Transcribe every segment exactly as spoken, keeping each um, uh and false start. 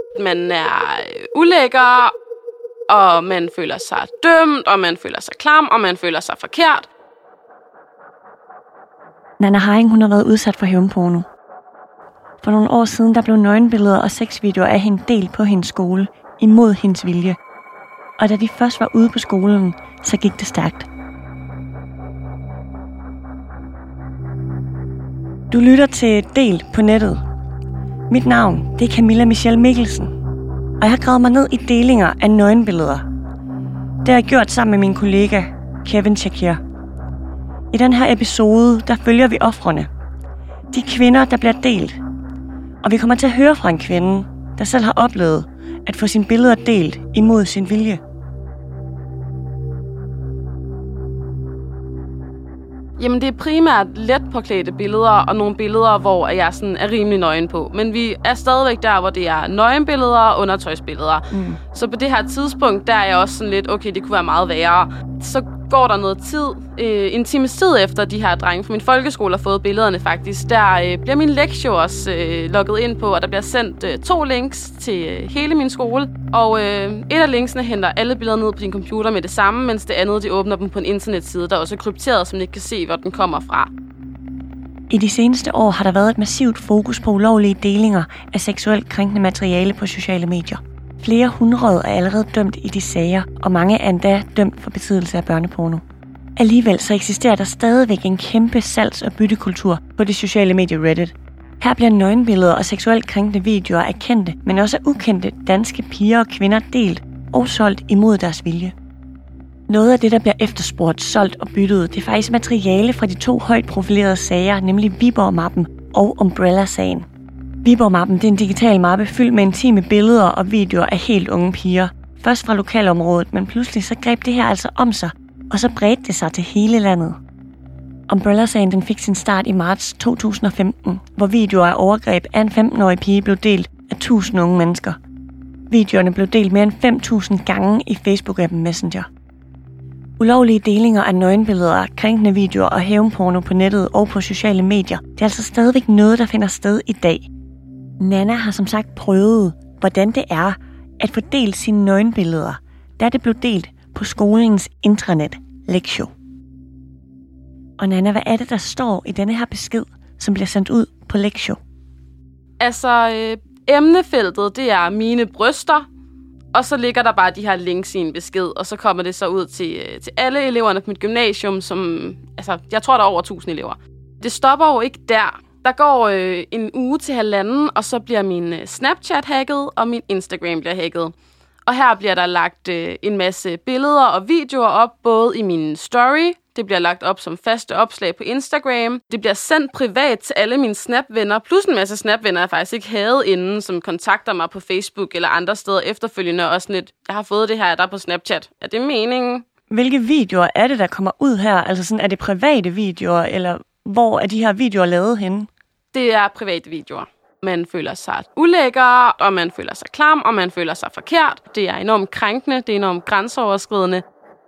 Man er ulækker, og man føler sig dømt, og man føler sig klam, og man føler sig forkert. Nanna Haring, hun har været udsat for hævnporno. For nogle år siden, der blev nøgenbilleder og sexvideoer af hende delt på hendes skole, imod hendes vilje. Og da de først var ude på skolen, så gik det stærkt. Du lytter til Delt på nettet. Mit navn, det er Camilla Michelle Mikkelsen. Og jeg har gravet mig ned i delinger af nøgenbilleder. Det har jeg gjort sammen med min kollega, Kevin Shakir. I den her episode, der følger vi ofrene. De kvinder, der bliver delt. Og vi kommer til at høre fra en kvinde, der selv har oplevet at få sine billeder delt imod sin vilje. Jamen, det er primært let påklædte billeder, og nogle billeder, hvor jeg sådan er rimelig nøgen på. Men vi er stadigvæk der, hvor det er nøgenbilleder og undertøjsbilleder. Mm. Så på det her tidspunkt, der er jeg også sådan lidt, okay, det kunne være meget værre. Så går der noget tid, øh, en times tid efter de her drenge fra min folkeskole har fået billederne faktisk, der øh, bliver min lektie også øh, logget ind på, og der bliver sendt øh, to links til øh, hele min skole. Og øh, et af linksene henter alle billeder ned på din computer med det samme, mens det andet, de åbner dem på en internetside, der også er krypteret, så man ikke kan se, hvor den kommer fra. I de seneste år har der været et massivt fokus på ulovlige delinger af seksuelt krænkende materiale på sociale medier. Flere hundrede er allerede dømt i de sager, og mange er endda dømt for besiddelse af børneporno. Alligevel så eksisterer der stadigvæk en kæmpe salgs- og byttekultur på det sociale medie Reddit. Her bliver nøgenbilleder og seksuelt krænkende videoer af kendte, men også ukendte danske piger og kvinder delt og solgt imod deres vilje. Noget af det, der bliver efterspurgt, solgt og byttet, det er faktisk materiale fra de to højt profilerede sager, nemlig Viborg-mappen og Umbrella-sagen. Viborg-mappen, det er en digital mappe fyldt med intime billeder og videoer af helt unge piger. Først fra lokalområdet, men pludselig så greb det her altså om sig, og så bredte det sig til hele landet. Umbrella-sagen den fik sin start i marts to tusind og femten, hvor videoer af overgreb af en femten-årig pige blev delt af tusind unge mennesker. Videoerne blev delt mere end fem tusind gange i Facebook-appen Messenger. Ulovlige delinger af nøgenbilleder, krænkende videoer og hævnporno på nettet og på sociale medier, det er altså stadigvæk noget, der finder sted i dag. Nanna har som sagt prøvet, hvordan det er at få delt sine nøgenbilleder, da det blev delt på skolens intranet Lektio. Og Nanna, hvad er det, der står i denne her besked, som bliver sendt ud på Lektio? Altså, øh, emnefeltet, det er mine bryster, og så ligger der bare de her links i en besked, og så kommer det så ud til, øh, til alle eleverne på mit gymnasium, som, altså, jeg tror, der er over tusind elever. Det stopper jo ikke der. Der går øh, en uge til halvanden, og så bliver min øh, Snapchat hacket, og min Instagram bliver hacket. Og her bliver der lagt øh, en masse billeder og videoer op, både i min story, det bliver lagt op som faste opslag på Instagram, det bliver sendt privat til alle mine Snap-venner, plus en masse Snap-venner, jeg faktisk ikke havde inden, som kontakter mig på Facebook eller andre steder efterfølgende, og sådan lidt, jeg har fået det her, der på Snapchat. Er det meningen? Hvilke videoer er det, der kommer ud her? Altså sådan, er det private videoer, eller hvor er de her videoer lavet henne? Det er private videoer. Man føler sig ulækker, og man føler sig klam, og man føler sig forkert. Det er enormt krænkende, det er enormt grænseoverskridende.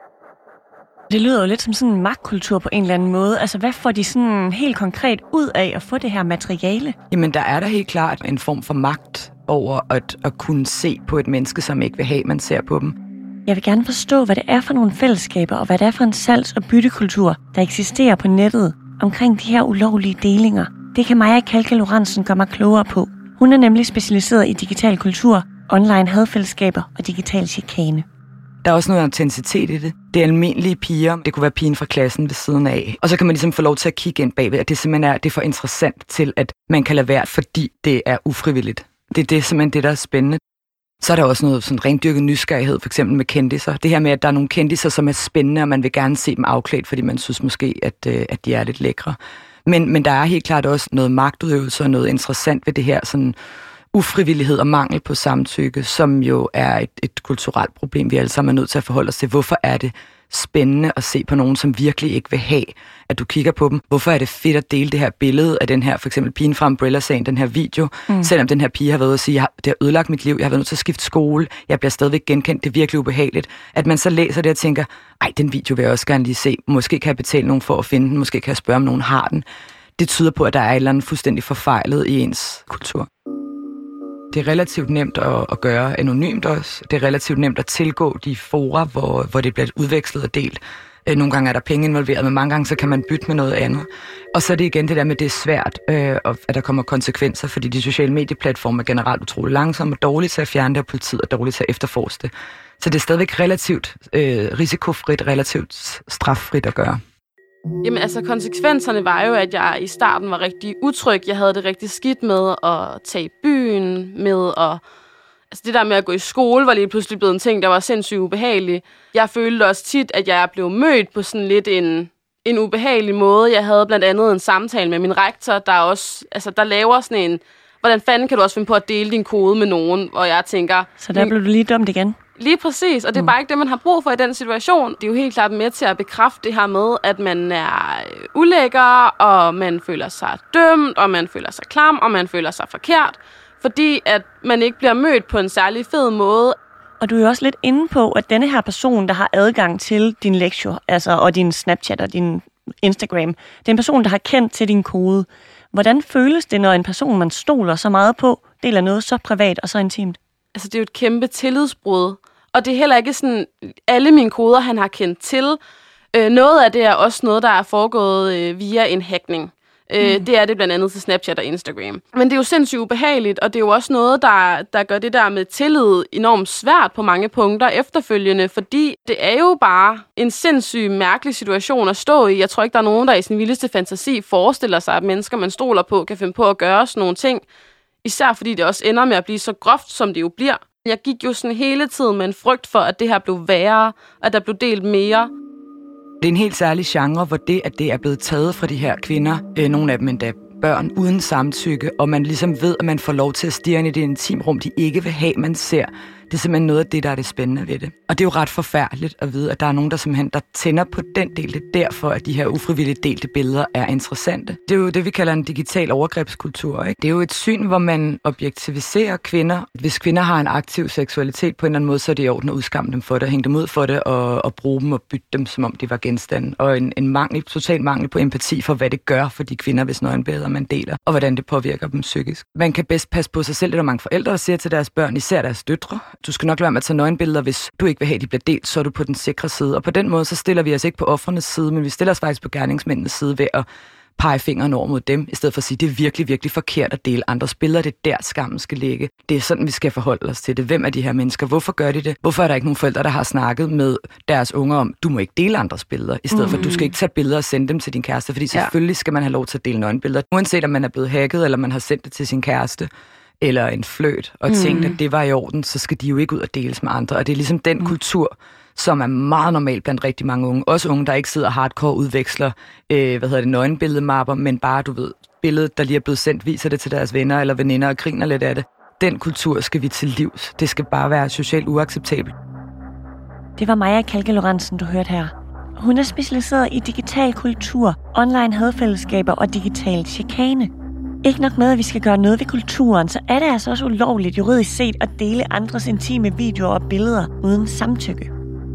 Det lyder jo lidt som sådan en magtkultur på en eller anden måde. Altså, hvad får de sådan helt konkret ud af at få det her materiale? Jamen, der er der helt klart en form for magt over at, at kunne se på et menneske, som ikke vil have, man ser på dem. Jeg vil gerne forstå, hvad det er for nogle fællesskaber, og hvad det er for en salgs- og byttekultur, der eksisterer på nettet omkring de her ulovlige delinger. Det kan Maja Kalke Lorentzen gøre mig klogere på. Hun er nemlig specialiseret i digital kultur, online hadfællesskaber og digital chikane. Der er også noget autenticitet i det. Det er almindelige piger. Det kunne være pigen fra klassen ved siden af. Og så kan man ligesom få lov til at kigge ind bagved, at det simpelthen er, det er for interessant til, at man kan lade være, fordi det er ufrivilligt. Det er det simpelthen det, der er spændende. Så er der også noget sådan rendyrket nysgerrighed, for eksempel med kendiser. Det her med, at der er nogle kendiser, som er spændende, og man vil gerne se dem afklædt, fordi man synes måske, at, at de er lidt lækre. Men, men der er helt klart også noget magtudøvelse og noget interessant ved det her sådan ufrivillighed og mangel på samtykke, som jo er et, et kulturelt problem, vi alle sammen er nødt til at forholde os til. Hvorfor er det spændende at se på nogen, som virkelig ikke vil have, at du kigger på dem? Hvorfor er det fedt at dele det her billede af den her, for eksempel pigen fra Umbrella-sagen, den her video, mm. selvom den her pige har været ude og sige, det har ødelagt mit liv, jeg har været nødt til at skifte skole, jeg bliver stadigvæk genkendt, det er virkelig ubehageligt. At man så læser det og tænker, ej, den video vil jeg også gerne lige se, måske kan jeg betale nogen for at finde den, måske kan jeg spørge, om nogen har den. Det tyder på, at der er et eller andet fuldstændig forfejlet i ens kultur. Det det er relativt nemt at, at gøre anonymt også. Det er relativt nemt at tilgå de fora, hvor, hvor det bliver udvekslet og delt. Nogle gange er der penge involveret, men mange gange så kan man bytte med noget andet. Og så er det igen det der med, at det er svært, øh, at der kommer konsekvenser, fordi de sociale medieplatforme er generelt utrolig langsomme og dårligt til at fjerne det, og politiet er dårligt til at efterforske det. Så det er stadigvæk relativt øh, risikofrit, relativt straffrit at gøre. Jamen altså, konsekvenserne var jo, at jeg i starten var rigtig utryg. Jeg havde det rigtig skidt med at tage i byen, med at... Altså det der med at gå i skole var lige pludselig blevet en ting, der var sindssygt ubehagelig. Jeg følte også tit, at jeg blev mødt på sådan lidt en, en ubehagelig måde. Jeg havde blandt andet en samtale med min rektor, der også, altså der laver sådan en, hvordan fanden kan du også finde på at dele din kode med nogen? Og jeg tænker... Så der blev du lige dømt igen? Lige præcis, og det er bare ikke det, man har brug for i den situation. Det er jo helt klart med til at bekræfte det her med, at man er ulækker, og man føler sig dømt, og man føler sig klam, og man føler sig forkert. Fordi at man ikke bliver mødt på en særlig fed måde. Og du er jo også lidt inde på, at denne her person, der har adgang til din lektion, altså, og din Snapchat og din Instagram, det er en person, der har kendt til din kode. Hvordan føles det, når en person, man stoler så meget på, deler noget så privat og så intimt? Altså, det er jo et kæmpe tillidsbrud. Og det er heller ikke sådan, alle mine koder, han har kendt til. Øh, noget af det er også noget, der er foregået øh, via en hackning. Øh, mm. Det er det blandt andet til Snapchat og Instagram. Men det er jo sindssygt ubehageligt, og det er jo også noget, der, der gør det der med tillid enormt svært på mange punkter efterfølgende, fordi det er jo bare en sindssygt mærkelig situation at stå i. Jeg tror ikke, der er nogen, der i sin vildeste fantasi forestiller sig, at mennesker, man stoler på, kan finde på at gøre sådan nogle ting. Især fordi det også ender med at blive så groft, som det jo bliver. Jeg gik jo sådan hele tiden med en frygt for, at det her blev værre, at der blev delt mere. Det er en helt særlig genre, hvor det, at det er blevet taget fra de her kvinder, øh, nogle af dem endda børn, uden samtykke, og man ligesom ved, at man får lov til at stirre ind i det intimrum, de ikke vil have, man ser. Det er simpelthen noget af det, der er det spændende ved det. Og det er jo ret forfærdeligt at vide, at der er nogen, der simpelthen der tænder på den del. Det er derfor, at de her ufrivilligt delte billeder er interessante. Det er jo det, vi kalder en digital overgrebskultur, ikke? Det er jo et syn, hvor man objektiviserer kvinder. Hvis kvinder har en aktiv seksualitet på en eller anden måde, så er det i orden at udskamme dem for det, hænge dem ud for det og, og bruge dem og bytte dem, som om de var genstande. Og en, en mangel, total mangel på empati for, hvad det gør for de kvinder, hvis nøgenbilleder man deler, og hvordan det påvirker dem psykisk. Man kan bedst passe på sig selv. Det er der mange forældre, der siger til deres børn, især deres døtre. Du skal nok lade være med at tage nøgenbilleder, hvis du ikke vil have, at de bliver delt, så er du på den sikre side. Og på den måde, så stiller vi os ikke på ofrenes side, men vi stiller os faktisk på gerningsmændenes side ved at pege fingeren over mod dem, i stedet for at sige, det er virkelig, virkelig forkert at dele andres billeder. Det er der, skammen skal ligge. Det er sådan, vi skal forholde os til det. Hvem er de her mennesker? Hvorfor gør de det? Hvorfor er der ikke nogen forældre, der har snakket med deres unger om, du må ikke dele andres billeder, i stedet mm. for, at du skal ikke tage billeder og sende dem til din kæreste, fordi selvfølgelig skal man have lov til at dele nøgenbilleder. Uanset om man er blevet hacket, eller man har sendt det til sin kæreste, eller en fløjt, og tænkt, mm. at det var i orden, så skal de jo ikke ud og deles med andre. Og det er ligesom den mm. kultur, som er meget normal blandt rigtig mange unge. Også unge, der ikke sidder hardcore udveksler, øh, hvad hedder det, nøgenbilledmapper, men bare, du ved, billedet, der lige er blevet sendt, viser det til deres venner eller veninder og griner lidt af det. Den kultur skal vi til livs. Det skal bare være socialt uacceptabelt. Det var Maja Kalke Lorentzen, du hørte her. Hun er specialiseret i digital kultur, online hadfællesskaber og digital chikane. Ikke nok med, at vi skal gøre noget ved kulturen, så er det altså også ulovligt juridisk set at dele andres intime videoer og billeder uden samtykke.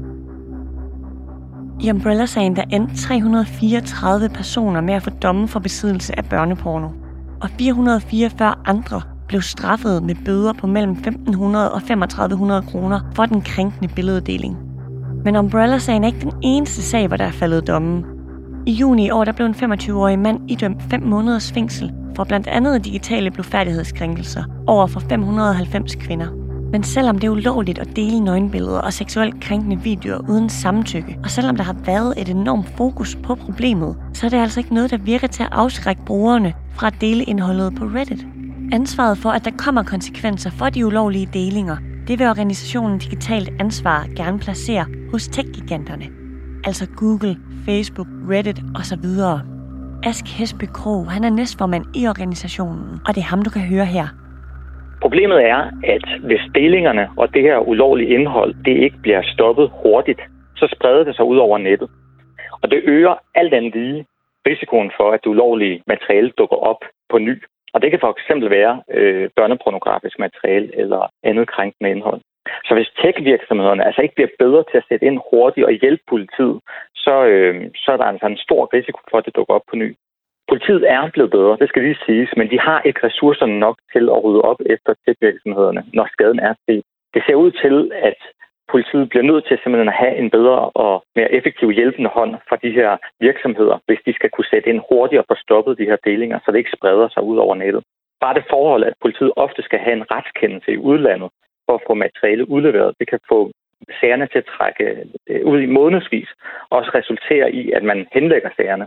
I Umbrella-sagen der endte tre hundrede fireogtredive personer med at få domme for besiddelse af børneporno, og fire hundrede fireogfyrre andre blev straffet med bøder på mellem femten hundrede og femogtredive hundrede kroner for den krænkende billeddeling. Men Umbrella-sagen er ikke den eneste sag, hvor der er faldet domme. I juni i år der blev en femogtyve-årig mand idømt fem måneders fængsel for blandt andet digitale blufærdighedskrænkelser over for fem hundrede og halvfems kvinder. Men selvom det er ulovligt at dele nøgenbilleder og seksuelt krænkende videoer uden samtykke, og selvom der har været et enormt fokus på problemet, så er det altså ikke noget, der virker til at afskrække brugerne fra at dele indholdet på Reddit. Ansvaret for, at der kommer konsekvenser for de ulovlige delinger, det vil organisationen Digitalt Ansvar gerne placere hos tech-giganterne. Altså Google, Facebook, Reddit osv. Ask Hesby Krog, han er næstformand i organisationen, og det er ham, du kan høre her. Problemet er, at hvis delingerne og det her ulovlige indhold, det ikke bliver stoppet hurtigt, så spreder det sig ud over nettet. Og det øger alt andet lige risikoen for, at det ulovlige materiale dukker op på ny. Og det kan for eksempel være øh, børnepornografisk materiale eller andet krænkende indhold. Så hvis tech-virksomhederne altså ikke bliver bedre til at sætte ind hurtigt og hjælpe politiet, så, øh, så er der altså en stor risiko for, at det dukker op på ny. Politiet er blevet bedre, det skal lige siges, men de har ikke ressourcerne nok til at rydde op efter tech-virksomhederne, når skaden er sket. Det ser ud til, at politiet bliver nødt til simpelthen at have en bedre og mere effektiv hjælpende hånd fra de her virksomheder, hvis de skal kunne sætte ind hurtigere for stoppet de her delinger, så det ikke spreder sig ud over nettet. Bare det forhold, at politiet ofte skal have en retskendelse i udlandet for at få materiale udleveret, det kan få sagerne til at trække ud i månedsvis, og også resultere i, at man henlægger sagerne.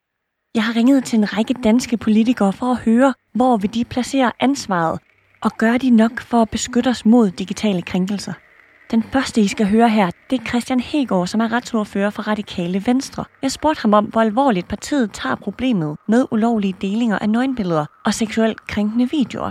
Jeg har ringet til en række danske politikere for at høre, hvor vil de placere ansvaret, og gør de nok for at beskytte os mod digitale krænkelser. Den første, I skal høre her, det er Kristian Hegaard, som er retsordfører for Radikale Venstre. Jeg spurgte ham om, hvor alvorligt partiet tager problemet med ulovlige delinger af nøgenbilleder og seksuelt krænkende videoer.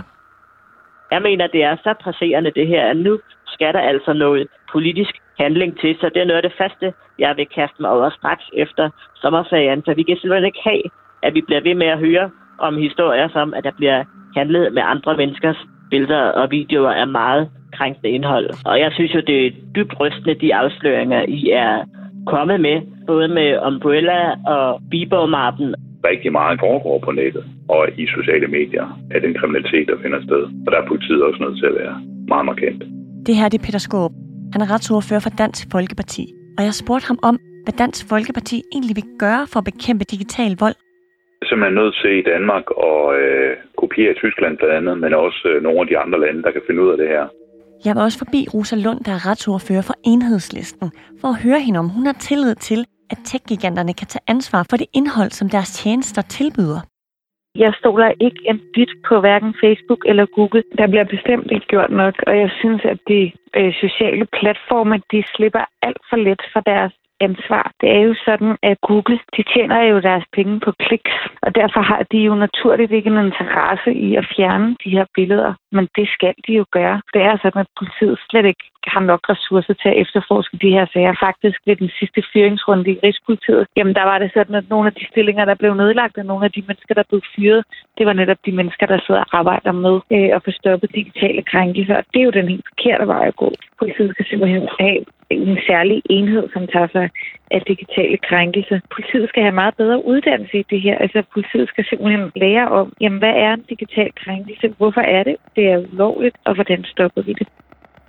Jeg mener, det er så presserende det her, at nu skal der altså noget politisk handling til, så det er noget af det første, jeg vil kaste mig over straks efter sommerferien. Så vi kan simpelthen ikke have, at vi bliver ved med at høre om historier som, at der bliver handlet med andre menneskers billeder og videoer af meget krænkende indhold. Og jeg synes jo, det er dybt rystende, de afsløringer, I er kommet med, både med Umbrella og Bieber-mappen. Rigtig meget foregår på nettet og i sociale medier af den kriminalitet, der finder sted. Og der er politiet også nødt til at være meget markant. Det her det er Peter Skaarup. Han er retsordfører for Dansk Folkeparti. Og jeg spurgte ham om, hvad Dansk Folkeparti egentlig vil gøre for at bekæmpe digital vold. Det er simpelthen nødt til i Danmark at øh, kopiere Tyskland blandt andet, men også øh, nogle af de andre lande, der kan finde ud af det her. Jeg var også forbi Rosa Lund, der er retsordfører for Enhedslisten, for at høre hende om, hun har tillid til, at tech-giganterne kan tage ansvar for det indhold, som deres tjenester tilbyder. Jeg stoler ikke en bit på hverken Facebook eller Google. Der bliver bestemt ikke gjort nok, og jeg synes, at de øh, sociale platforme, de slipper alt for let for deres ansvar. Det er jo sådan, at Google, de tjener jo deres penge på kliks, og derfor har de jo naturligt ikke en interesse i at fjerne de her billeder, men det skal de jo gøre. Det er sådan, at politiet slet ikke har nok ressourcer til at efterforske de her sager. Faktisk ved den sidste fyringsrunde i Rigspolitiet, jamen der var det sådan, at nogle af de stillinger, der blev nedlagt, og nogle af de mennesker, der blev fyret, det var netop de mennesker, der sidder og arbejder med øh, at få stoppet digitale krænkelser. Det er jo den helt forkerte vej at gå. Politiet skal simpelthen have en særlig enhed, som tager sig af digitale krænkelser. Politiet skal have meget bedre uddannelse i det her. Altså, politiet skal simpelthen lære om, jamen, hvad er en digital krænkelse? Hvorfor er det? Det er ulovligt, og hvordan stopper vi det?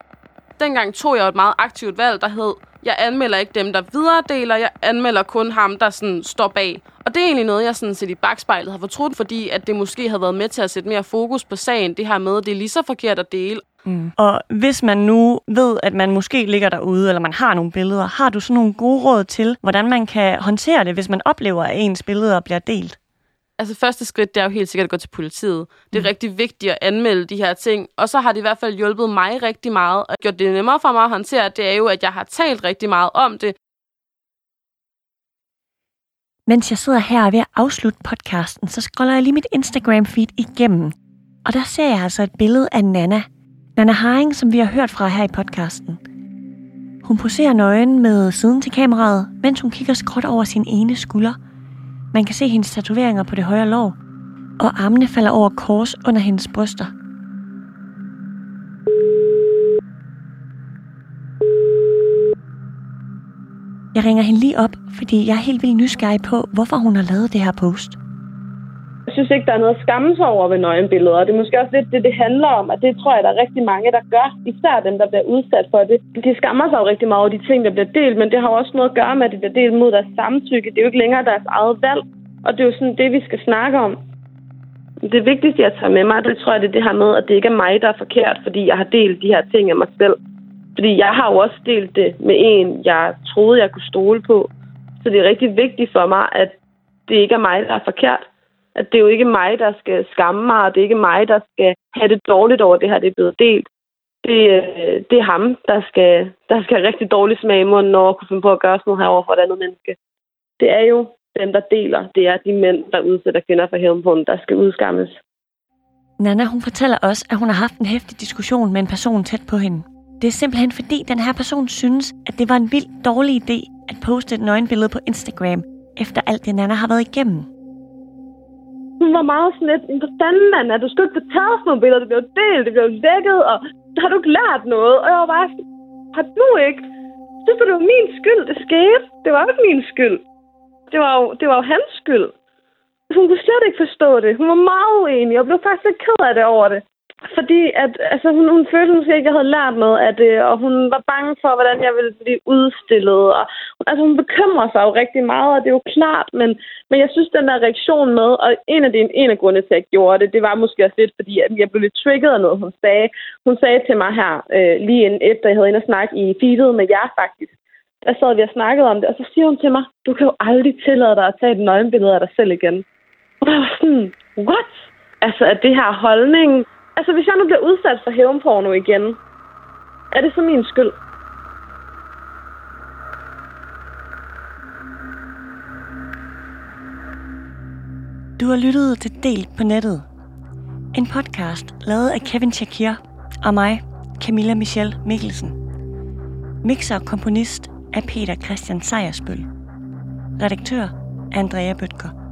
Dengang tog jeg et meget aktivt valg, der hed, jeg anmelder ikke dem, der videredeler, jeg anmelder kun ham, der sådan står bag. Og det er egentlig noget, jeg sådan set i bagspejlet har fortrudt, fordi at det måske havde været med til at sætte mere fokus på sagen, det her med, at det er lige så forkert at dele. Mm. Og hvis man nu ved, at man måske ligger derude, eller man har nogle billeder, har du så nogle gode råd til, hvordan man kan håndtere det, hvis man oplever, at ens billeder bliver delt? Altså første skridt, det er jo helt sikkert at gå til politiet. Det er mm. rigtig vigtigt at anmelde de her ting. Og så har det i hvert fald hjulpet mig rigtig meget, og gjort det nemmere for mig at håndtere, det er jo, at jeg har talt rigtig meget om det. Mens jeg sidder her ved at afslutte podcasten, så scroller jeg lige mit Instagram-feed igennem. Og der ser jeg altså et billede af Nana. Nana Haring, som vi har hørt fra her i podcasten. Hun poserer nøgen med siden til kameraet, mens hun kigger skråt over sin ene skulder. Man kan se hendes tatoveringer på det højre lår, og armene falder over kors under hendes bryster. Jeg ringer hende lige op, fordi jeg er helt vildt nysgerrig på, hvorfor hun har lavet det her post. Jeg synes ikke, der er noget at skamme sig over ved nøgenbilleder. Det er måske også lidt det, det handler om, og det tror jeg, der er rigtig mange, der gør. Især dem, der bliver udsat for det. De skammer sig jo rigtig meget over de ting, der bliver delt, men det har også noget at gøre med, at det bliver delt mod deres samtykke. Det er jo ikke længere deres eget valg, og det er jo sådan det, vi skal snakke om. Det vigtigste, jeg tager med mig, det tror jeg, det er det her med, at det ikke er mig, der er forkert, fordi jeg har delt de her ting af mig selv. Fordi jeg har jo også delt det med en, jeg troede, jeg kunne stole på. Så det er rigtig vigtigt for mig, at det ikke er mig, der er forkert. At det er jo ikke mig, der skal skamme mig, og det er ikke mig, der skal have det dårligt over det her, det er blevet delt. Det, det er ham, der skal, der skal have rigtig dårlig smag i munden over at kunne finde på at gøre sådan noget her over for et andet menneske. Det er jo dem, der deler. Det er de mænd, der udsætter kvinder for hævnporno, der skal udskammes. Nana, hun fortæller også, at hun har haft en heftig diskussion med en person tæt på hende. Det er simpelthen fordi, den her person synes, at det var en vildt dårlig idé at poste et nøgenbillede på Instagram, efter alt det, Nana har været igennem. Hun var meget sådan lidt, hvordan man er, du skal ikke få taget sådan nogle billeder, det blev delt, det blev lækket, og så har du ikke lært noget. Og jeg var bare sådan, har du ikke? Så det var min skyld, det skete. Det var ikke min skyld. Det var jo, det var jo hans skyld. Hun kunne slet ikke forstå det. Hun var meget uenig og blev faktisk lidt ked af det over det. Fordi at, altså, hun, hun følte måske ikke, at jeg havde lært noget af det, og hun var bange for, hvordan jeg ville blive udstillet. Og, altså, hun bekymrer sig jo rigtig meget, og det er jo klart, men, men jeg synes, den der reaktion med, og en af, de, en af grundene til, at jeg gjorde det, det var måske også lidt, fordi at jeg blev lidt trigget af noget, hun sagde. Hun sagde til mig her, øh, lige inden efter jeg havde inde og snakke i feedet med jer faktisk, der sad vi og snakkede om det, og så siger hun til mig, du kan jo aldrig tillade dig at tage et nøgenbillede af dig selv igen. Og jeg var sådan, what? Altså, at det her holdning... Altså, hvis jeg nu bliver udsat for hævnporno igen, er det så min skyld? Du har lyttet til Delt på nettet. En podcast lavet af Kevin Shakir og mig, Camilla Michelle Mikkelsen. Mixer og komponist er Peter Christian Sejersbøl. Redaktør er Andrea Bøtger.